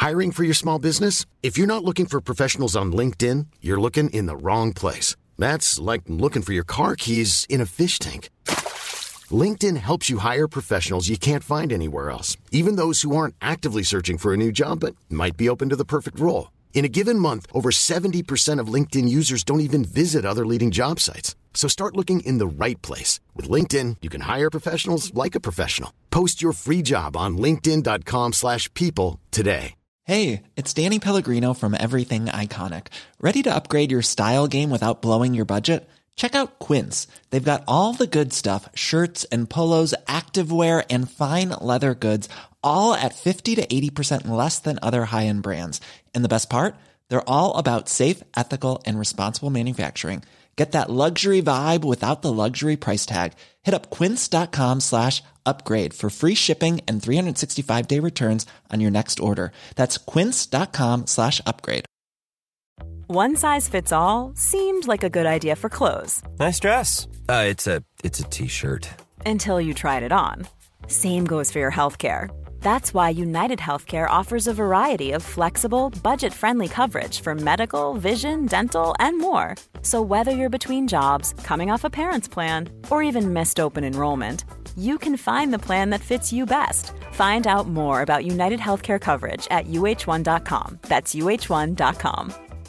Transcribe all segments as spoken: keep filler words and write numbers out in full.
Hiring for your small business? If you're not looking for professionals on LinkedIn, you're looking in the wrong place. That's like looking for your car keys in a fish tank. LinkedIn helps you hire professionals you can't find anywhere else, even those who aren't actively searching for a new job but might be open to the perfect role. In a given month, over seventy percent of LinkedIn users don't even visit other leading job sites. So start looking in the right place. With LinkedIn, you can hire professionals like a professional. Post your free job on linkedin dot com slash people today. Hey, it's Danny Pellegrino from Everything Iconic. Ready to upgrade your style game without blowing your budget? Check out Quince. They've got all the good stuff, shirts and polos, activewear, and fine leather goods, all at fifty to eighty percent less than other high-end brands. And the best part? They're all about safe, ethical, and responsible manufacturing. Get that luxury vibe without the luxury price tag. Hit up quince.com slash upgrade for free shipping and three sixty-five day returns on your next order. That's quince.com slash upgrade. One size fits all seemed like a good idea for clothes. Nice dress. Uh, it's a it's a t-shirt. Until you tried it on. Same goes for your healthcare. That's why United Healthcare offers a variety of flexible, budget-friendly coverage for medical, vision, dental, and more. So whether you're between jobs, coming off a parent's plan, or even missed open enrollment, you can find the plan that fits you best. Find out more about United Healthcare coverage at u h one dot com. That's u h one dot com.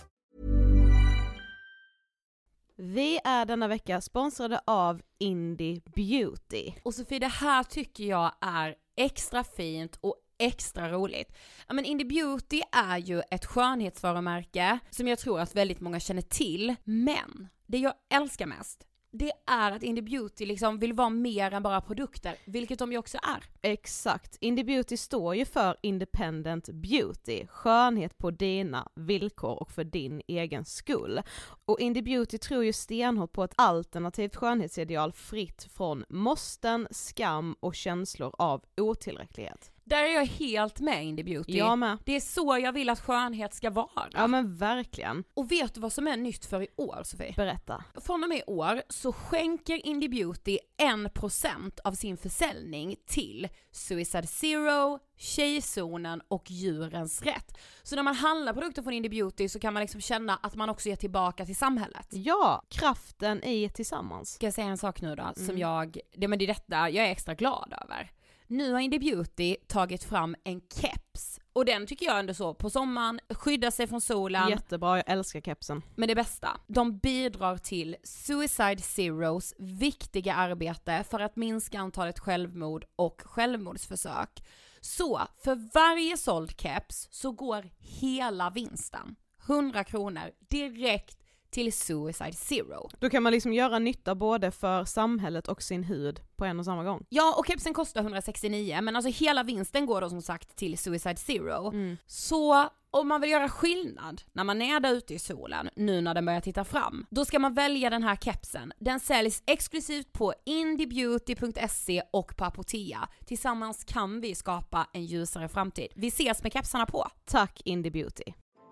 Vi är denna vecka sponsrade av Indie Beauty. Och Sofie, det här tycker jag är extra fint och extra roligt. Ja, men Indie Beauty är ju ett skönhetsvarumärke som jag tror att väldigt många känner till. Men det jag älskar mest, det är att Indie Beauty liksom vill vara mer än bara produkter, vilket de ju också är. Exakt. Indie Beauty står ju för Independent Beauty, skönhet på dina villkor och för din egen skull. Och Indie Beauty tror ju stenhårt på ett alternativt skönhetsideal fritt från måsten, skam och känslor av otillräcklighet. Där är jag helt med Indie Beauty. Jag med. Det är så jag vill att skönhet ska vara. Ja men verkligen. Och vet du vad som är nytt för i år, Sofie? Berätta. Från och med i år så skänker Indie Beauty en procent av sin försäljning till Suicide Zero, Tjejzonen och Djurens Rätt. Så när man handlar produkter från Indie Beauty så kan man liksom känna att man också ger tillbaka till samhället. Ja, kraften i tillsammans. Ska jag säga en sak nu då? Mm. Som jag, det, men det är detta jag är extra glad över. Nu har Indie Beauty tagit fram en keps. Och den tycker jag ändå så på sommaren, skydda sig från solen. Jättebra, jag älskar kepsen. Men det bästa, de bidrar till Suicide Zeros viktiga arbete för att minska antalet självmord och självmordsförsök. Så för varje såld keps så går hela vinsten, hundra kronor, direkt till Suicide Zero. Då kan man liksom göra nytta både för samhället och sin hud på en och samma gång. Ja, och kepsen kostar etthundrasextionio, men alltså hela vinsten går då som sagt till Suicide Zero. Mm. Så om man vill göra skillnad när man är där ute i solen, nu när den börjar titta fram, då ska man välja den här kepsen. Den säljs exklusivt på indiebeauty punkt se och på Apotea. Tillsammans kan vi skapa en ljusare framtid. Vi ses med kepsarna på. Tack Indie Beauty.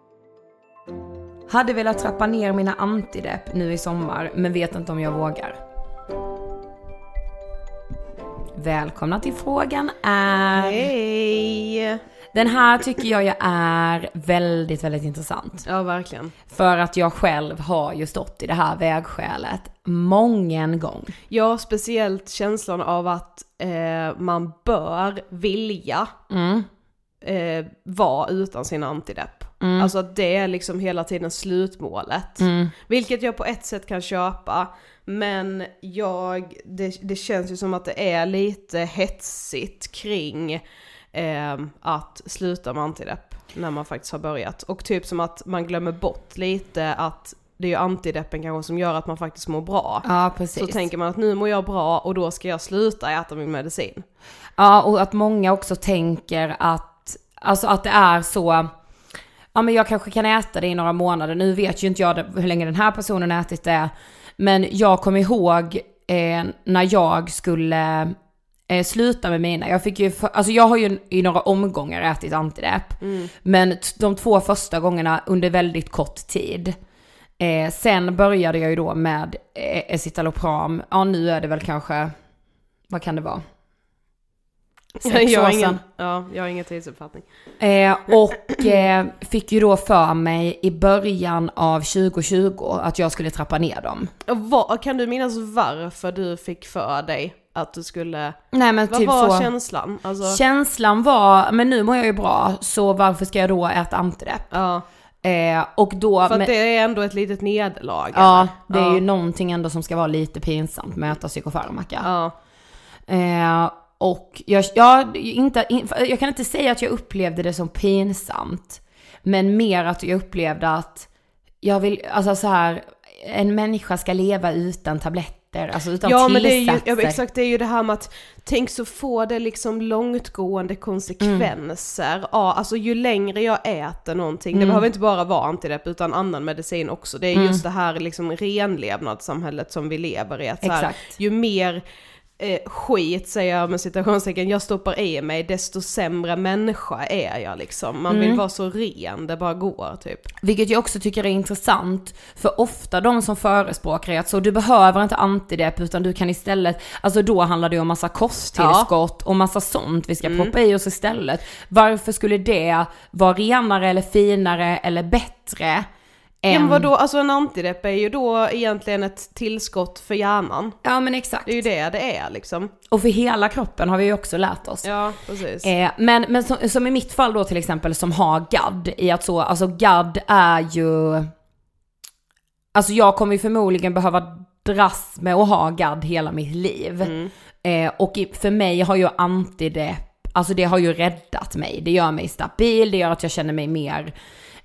Hade velat trappa ner mina antidepp nu i sommar, men vet inte om jag vågar. Välkomna till Frågan är... Hej! Den här tycker jag ju är väldigt, väldigt intressant. Ja, verkligen. För att jag själv har ju stått i det här vägskälet mången gång. Ja, speciellt känslan av att eh, man bör vilja Mm. eh, vara utan sin antidepp. Mm. Alltså att det är liksom hela tiden slutmålet. Mm. Vilket jag på ett sätt kan köpa. Men jag, det, det känns ju som att det är lite hetsigt kring eh, att sluta med antidepp när man faktiskt har börjat. Och typ som att man glömmer bort lite att det är ju antideppen kanske som gör att man faktiskt mår bra. Ja, precis. Så tänker man att nu mår jag bra och då ska jag sluta äta min medicin. Ja, och att många också tänker att, alltså att det är så... Ja, men jag kanske kan äta det i några månader. Nu vet ju inte jag hur länge den här personen ätit det. Men jag kommer ihåg eh, när jag skulle eh, sluta med mina. Jag fick ju, alltså jag har ju i några omgångar ätit antidepp. Mm. Men t- de två första gångerna under väldigt kort tid. Eh, sen började jag ju då med eh, escitalopram. Ja, nu är det väl kanske, vad kan det vara? sex jag år har ingen, sedan. ja, jag har ingen tidsuppfattning. Eh, och eh, fick ju då för mig i början av tjugo tjugo att jag skulle trappa ner dem. Och vad, kan du minnas varför du fick för dig att du skulle... Nej, men vad typ var så, känslan? Alltså... Känslan var, men nu mår jag ju bra, så varför ska jag då äta antidepp? Ja. Eh, och då, För att men, det är ändå ett litet nederlag. ja, eller? det är ja. ju någonting ändå som ska vara lite pinsamt med att äta psykofarmaka. Ja. Eh, och jag, jag, inte, jag kan inte säga att jag upplevde det som pinsamt, men mer att jag upplevde att jag vill, alltså så här, en människa ska leva utan tabletter, alltså utan ja, men det är ju, tillsatser. ja, exakt, det är ju det här med att tänk så får det liksom långtgående konsekvenser. Mm. Ja, alltså ju längre jag äter någonting, mm. det behöver inte bara vara antidepp utan annan medicin också. Det är mm. just det här liksom renlevnadssamhället som vi lever i. Att så här, ju mer eh, skit, säger jag med citationstecken, jag stoppar i mig, desto sämre människa är jag liksom. Man vill mm. vara så ren, det bara går typ. Vilket jag också tycker är intressant, för ofta de som förespråkar att så du behöver inte antidepp utan du kan istället, alltså då handlar det om massa kosttillskott ja. och massa sånt vi ska mm. proppa i oss istället. Varför skulle det vara renare eller finare eller bättre? Ja, men vadå? Alltså en antidepp är ju då egentligen ett tillskott för hjärnan. Ja, men exakt. Det är ju det det är liksom. Och för hela kroppen har vi ju också lärt oss. Ja, precis. Eh, men men som, som i mitt fall då till exempel, som har G A D, i att så, alltså G A D är ju, alltså jag kommer ju förmodligen behöva dras med att ha G A D hela mitt liv. Mm. Eh, och för mig har ju antidepp, alltså det har ju räddat mig. Det gör mig stabil, det gör att jag känner mig mer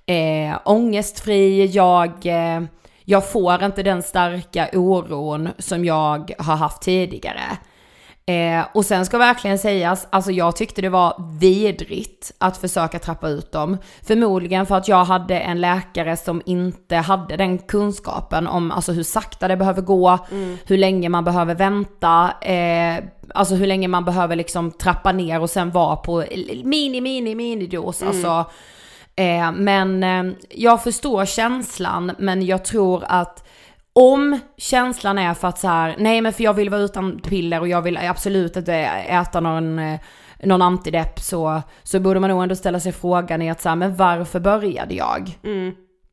Eh, ångestfri, jag, eh, jag får inte den starka oron som jag har haft tidigare. Eh, och sen ska verkligen sägas, alltså jag tyckte det var vidrigt att försöka trappa ut dem. Förmodligen för att jag hade en läkare som inte hade den kunskapen om alltså hur sakta det behöver gå, mm. hur länge man behöver vänta, eh, alltså hur länge man behöver liksom trappa ner och sen vara på mini, mini, mini dos, mm. alltså. Eh, men eh, jag förstår känslan, men jag tror att om känslan är för att så här, nej men för jag vill vara utan piller och jag vill absolut inte äta någon, eh, någon antidepp, så, så borde man nog ändå ställa sig frågan i att så här, men varför började jag? Mm.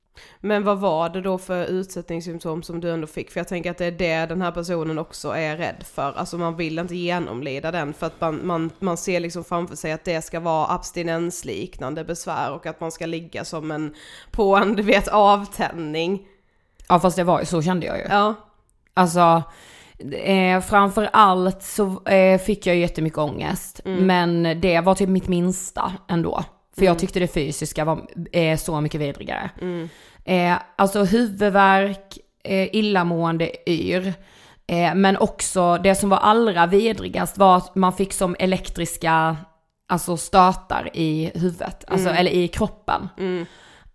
Men vad var det då för utsättningssymptom som du ändå fick? För jag tänker att det är det den här personen också är rädd för. Alltså man vill inte genomlida den, för att man, man, man ser liksom framför sig att det ska vara abstinensliknande besvär och att man ska ligga som en på en, du vet, avtändning. Ja, fast det var så kände jag ju. Ja. Alltså eh, framför allt så eh, fick jag jättemycket ångest, mm. men det var typ mitt minsta ändå. För mm. jag tyckte det fysiska var eh, så mycket vidrigare. Mm. Eh, alltså huvudvärk, eh, illamående, yr. Eh, men också det som var allra vidrigast var att man fick som elektriska alltså stötar i huvudet. Alltså, mm. eller i kroppen. Mm.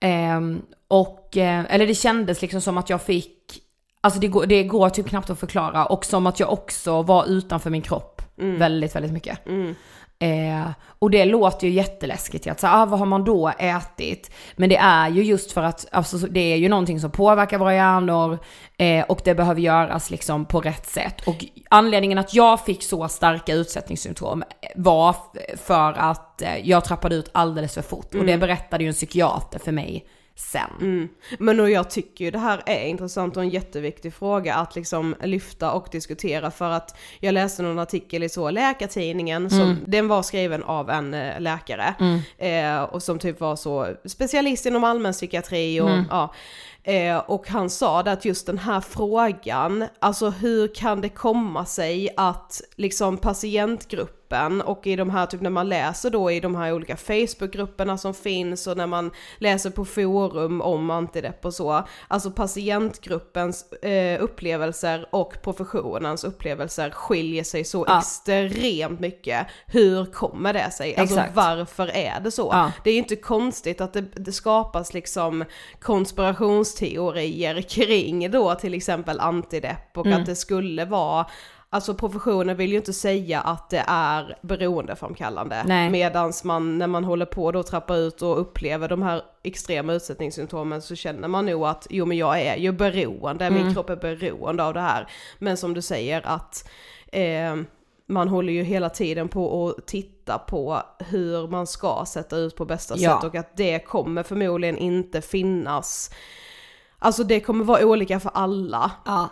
Eh, och, eh, eller det kändes liksom som att jag fick, alltså det går, det går typ knappt att förklara. Och som att jag också var utanför min kropp mm. väldigt, väldigt mycket. Mm. Eh, och det låter ju jätteläskigt att säga, ah, vad har man då ätit? Men det är ju just för att alltså, det är ju någonting som påverkar våra hjärnor, eh, och det behöver göras liksom på rätt sätt. Och anledningen att jag fick så starka utsättningssymptom var för att eh, jag trappade ut alldeles för fort. Mm. Och det berättade ju en psykiater för mig sen. Mm. Men och jag tycker ju det här är intressant och en jätteviktig fråga att liksom lyfta och diskutera, för att jag läste någon artikel i så Läkartidningen som, mm. den var skriven av en äh, läkare mm. eh, och som typ var så specialist inom allmän psykiatri och mm. ja. Eh, och han sa det att just den här frågan, alltså hur kan det komma sig att liksom patientgruppen och i de här, typ när man läser då i de här olika Facebookgrupperna som finns och när man läser på forum om antidepp och så, alltså patientgruppens eh, upplevelser och professionens upplevelser skiljer sig så ja. extremt mycket. Hur kommer det sig? Alltså Exakt. varför är det så? Ja. Det är inte konstigt att det, det skapas liksom konspirationsteorier kring då till exempel antidepp och mm. att det skulle vara, alltså professionen vill ju inte säga att det är beroendeframkallande. Nej. Medans man, när man håller på då trappa ut och upplever de här extrema utsättningssymptomen, så känner man nog att jo men jag är ju beroende, mm. min kropp är beroende av det här. Men som du säger att eh, man håller ju hela tiden på att titta på hur man ska sätta ut på bästa Ja. sätt, och att det kommer förmodligen inte finnas, alltså det kommer vara olika för alla. Ja.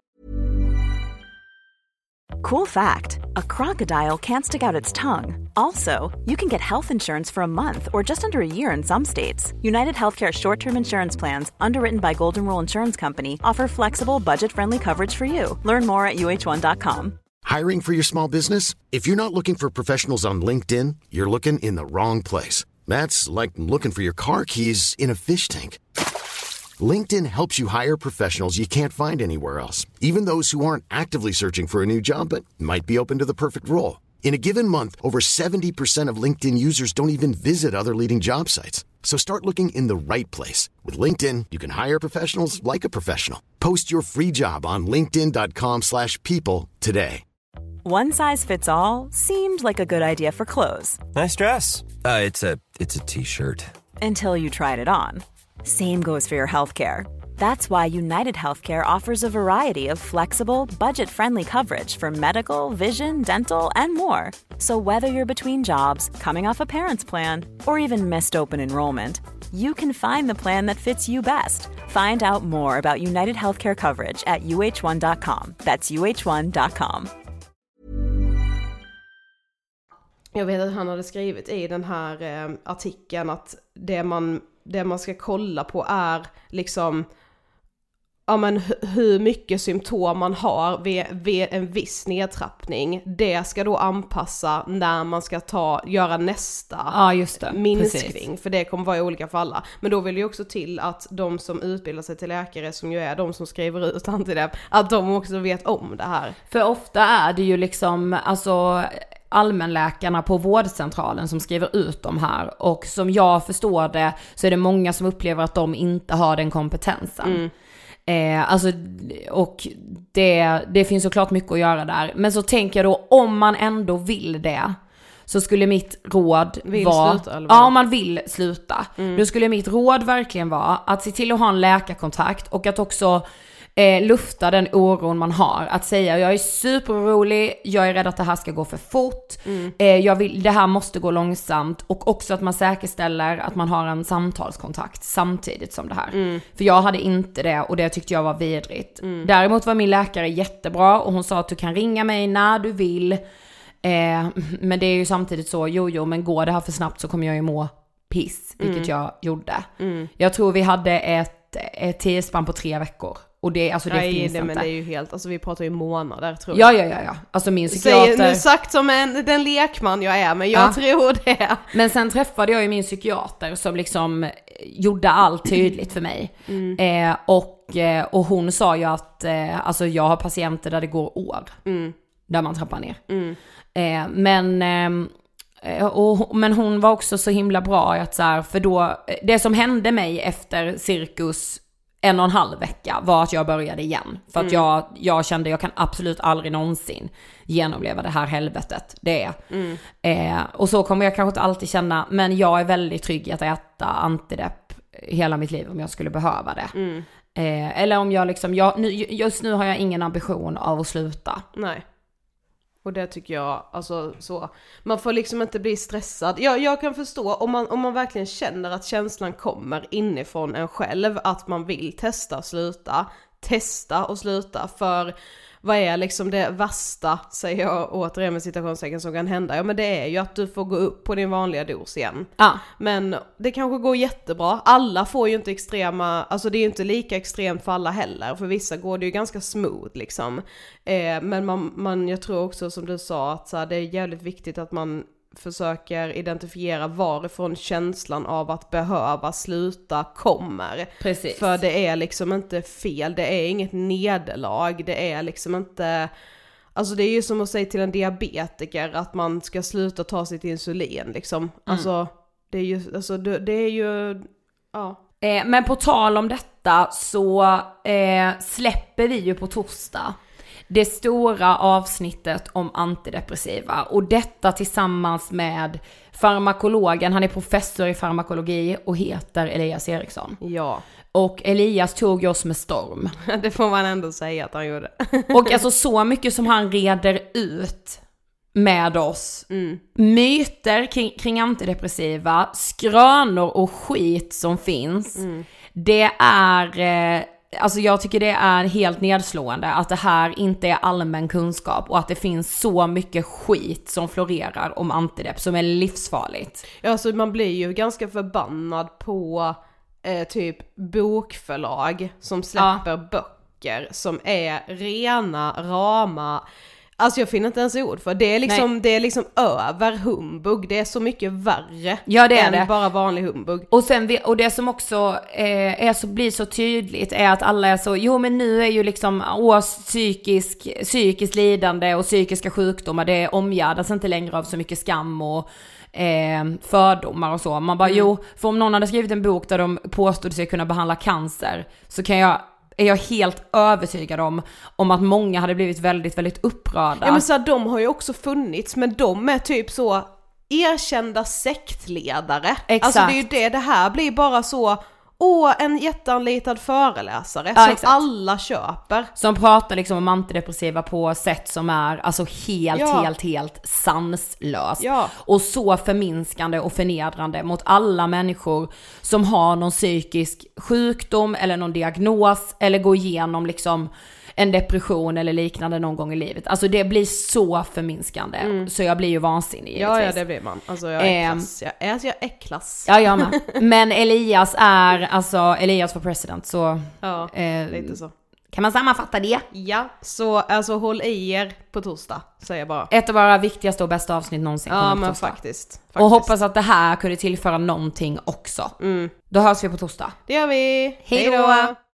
Cool fact, a crocodile can't stick out its tongue. Also, you can get health insurance for a month or just under a year in some states. United Healthcare short-term insurance plans, underwritten by Golden Rule Insurance Company, offer flexible, budget-friendly coverage for you. Learn more at U H one dot com. Hiring for your small business? If you're not looking for professionals on LinkedIn, you're looking in the wrong place. That's like looking for your car keys in a fish tank. LinkedIn helps you hire professionals you can't find anywhere else, even those who aren't actively searching for a new job but might be open to the perfect role. In a given month, over seventy percent of LinkedIn users don't even visit other leading job sites. So start looking in the right place. With LinkedIn, you can hire professionals like a professional. Post your free job on linkedin dot com slash people today. One size fits all seemed like a good idea for clothes. Nice dress. Uh, it's a it's a t-shirt. Until you tried it on. Same goes for your healthcare. That's why United Healthcare offers a variety of flexible, budget-friendly coverage for medical, vision, dental, and more. So whether you're between jobs, coming off a parent's plan, or even missed open enrollment, you can find the plan that fits you best. Find out more about United Healthcare coverage at U H one dot com. That's U H one dot com. Jag vet att han hade skrivit i den här eh, artikeln att det man, det man ska kolla på är liksom, ja, men h- hur mycket symptom man har vid, vid en viss nedtrappning. Det ska då anpassa när man ska ta, göra nästa Ja, just det. minskning. Precis. För det kommer vara olika för alla. Men då vill det ju också till att de som utbildar sig till läkare, som ju är de som skriver ut antidepp, att de också vet om det här. För ofta är det ju liksom, alltså allmänläkarna på vårdcentralen som skriver ut de här, och som jag förstår det så är det många som upplever att de inte har den kompetensen. Mm. Eh, alltså, och det, det finns såklart mycket att göra där. Men så tänker jag då, om man ändå vill det, så skulle mitt råd vill vara... Sluta, eller vad? Ja, om man vill sluta. Mm. Då skulle mitt råd verkligen vara att se till att ha en läkarkontakt, och att också eh, lufta den oron man har. Att säga, jag är superorolig, jag är rädd att det här ska gå för fort. Mm. Eh, jag vill, det här måste gå långsamt. Och också att man säkerställer att man har en samtalskontakt samtidigt som det här. Mm. För jag hade inte det, och det tyckte jag var vidrigt. Mm. Däremot var min läkare jättebra, och hon sa att du kan ringa mig när du vill. Eh, men det är ju samtidigt så, jo jo, men går det här för snabbt så kommer jag ju må piss, vilket mm. jag gjorde. Mm. Jag tror vi hade ett, ett tidsspann på tre veckor. Och det, alltså det Nej, finns det, inte. men det är ju helt, alltså vi pratar ju månader, tror jag. Ja, ja, ja, ja. Alltså min psykiater... Säger, sagt som en, den lekman jag är, men jag ja. tror det. Men sen träffade jag ju min psykiater som liksom gjorde allt tydligt för mig. Mm. Eh, och, och hon sa ju att eh, alltså jag har patienter där det går år. Mm. Där man trappar ner. Mm. Eh, men... Eh, och, men hon var också så himla bra att så här, för då... Det som hände mig efter cirkus en och en halv vecka var att jag började igen. För att mm. jag, jag kände jag kan absolut aldrig någonsin genomleva det här helvetet. Det är. Mm. Eh, och så kommer jag kanske inte alltid känna, men jag är väldigt trygg i att äta antidepp hela mitt liv om jag skulle behöva det. Mm. Eh, eller om jag liksom, jag, nu, just nu har jag ingen ambition av att sluta. Nej. Och det tycker jag, alltså så, man får liksom inte bli stressad. Jag, jag kan förstå, om man, om man verkligen känner att känslan kommer inifrån en själv, att man vill testa och sluta, testa och sluta, för vad är liksom det värsta, säger jag återigen med citationstecken, som kan hända? Ja, men det är ju att du får gå upp på din vanliga dos igen. Ah. Men det kanske går jättebra. Alla får ju inte extrema, alltså det är ju inte lika extremt för alla heller. För vissa går det ju ganska smooth liksom. Eh, men man, man, jag tror också som du sa att så här, det är jävligt viktigt att man försöker identifiera varifrån känslan av att behöva sluta kommer. Precis. För det är liksom inte fel, det är inget nederlag, det är liksom inte, alltså det är ju som att säga till en diabetiker att man ska sluta ta sitt insulin liksom. Mm. Alltså det är ju, alltså det, det är ju, ja. Eh, men på tal om detta så eh, släpper vi ju på torsdag det stora avsnittet om antidepressiva, och detta tillsammans med farmakologen, han är professor i farmakologi och heter Elias Eriksson. Ja. Och Elias tog oss med storm. Det får man ändå säga att han gjorde. Och alltså så mycket som han reder ut med oss. Mm. Myter kring, kring antidepressiva, skrönor och skit som finns. Mm. Det är, eh, alltså jag tycker det är helt nedslående att det här inte är allmän kunskap och att det finns så mycket skit som florerar om antidepp som är livsfarligt. Ja, alltså man blir ju ganska förbannad på eh, typ bokförlag som släpper ja. böcker som är rena, rama. Alltså jag finner inte ens ord för det är liksom, det är liksom över humbug. Det är så mycket värre ja, det är än det. bara vanlig humbug. Och, sen, och det som också eh, är så, blir så tydligt är att alla är så, jo men nu är ju liksom åh, psykisk, psykiskt lidande och psykiska sjukdomar, det omgärdas inte längre av så mycket skam och eh, fördomar och så. Man bara mm. jo, för om någon hade skrivit en bok där de påstod sig kunna behandla cancer så kan jag är jag helt övertygad om om att många hade blivit väldigt, väldigt upprörda. Ja men så här, de har ju också funnits, men de är typ så erkända sektledare. Exakt. Alltså det är ju det, det här blir bara så, åh, en jätteanlitad föreläsare ja, som exakt. alla köper. Som pratar liksom om antidepressiva på sätt som är alltså helt, ja. helt, helt sanslöst. Ja. Och så förminskande och förnedrande mot alla människor som har någon psykisk sjukdom eller någon diagnos eller går igenom liksom en depression eller liknande någon gång i livet. Alltså det blir så förminskande. Mm. Så jag blir ju vansinnig. Ja, ja, det blir man. Alltså jag är eh, klass. Jag är, alltså, jag är klass. Ja, jag med. Men Elias är, alltså Elias för president, så... Ja, eh, lite så. Kan man sammanfatta det? Ja, så alltså håll i er på torsdag, säger jag bara. Ett av våra viktigaste och bästa avsnitt någonsin. Ja, men faktiskt, faktiskt. Och hoppas att det här kunde tillföra någonting också. Mm. Då hörs vi på torsdag. Det gör vi. Hej då!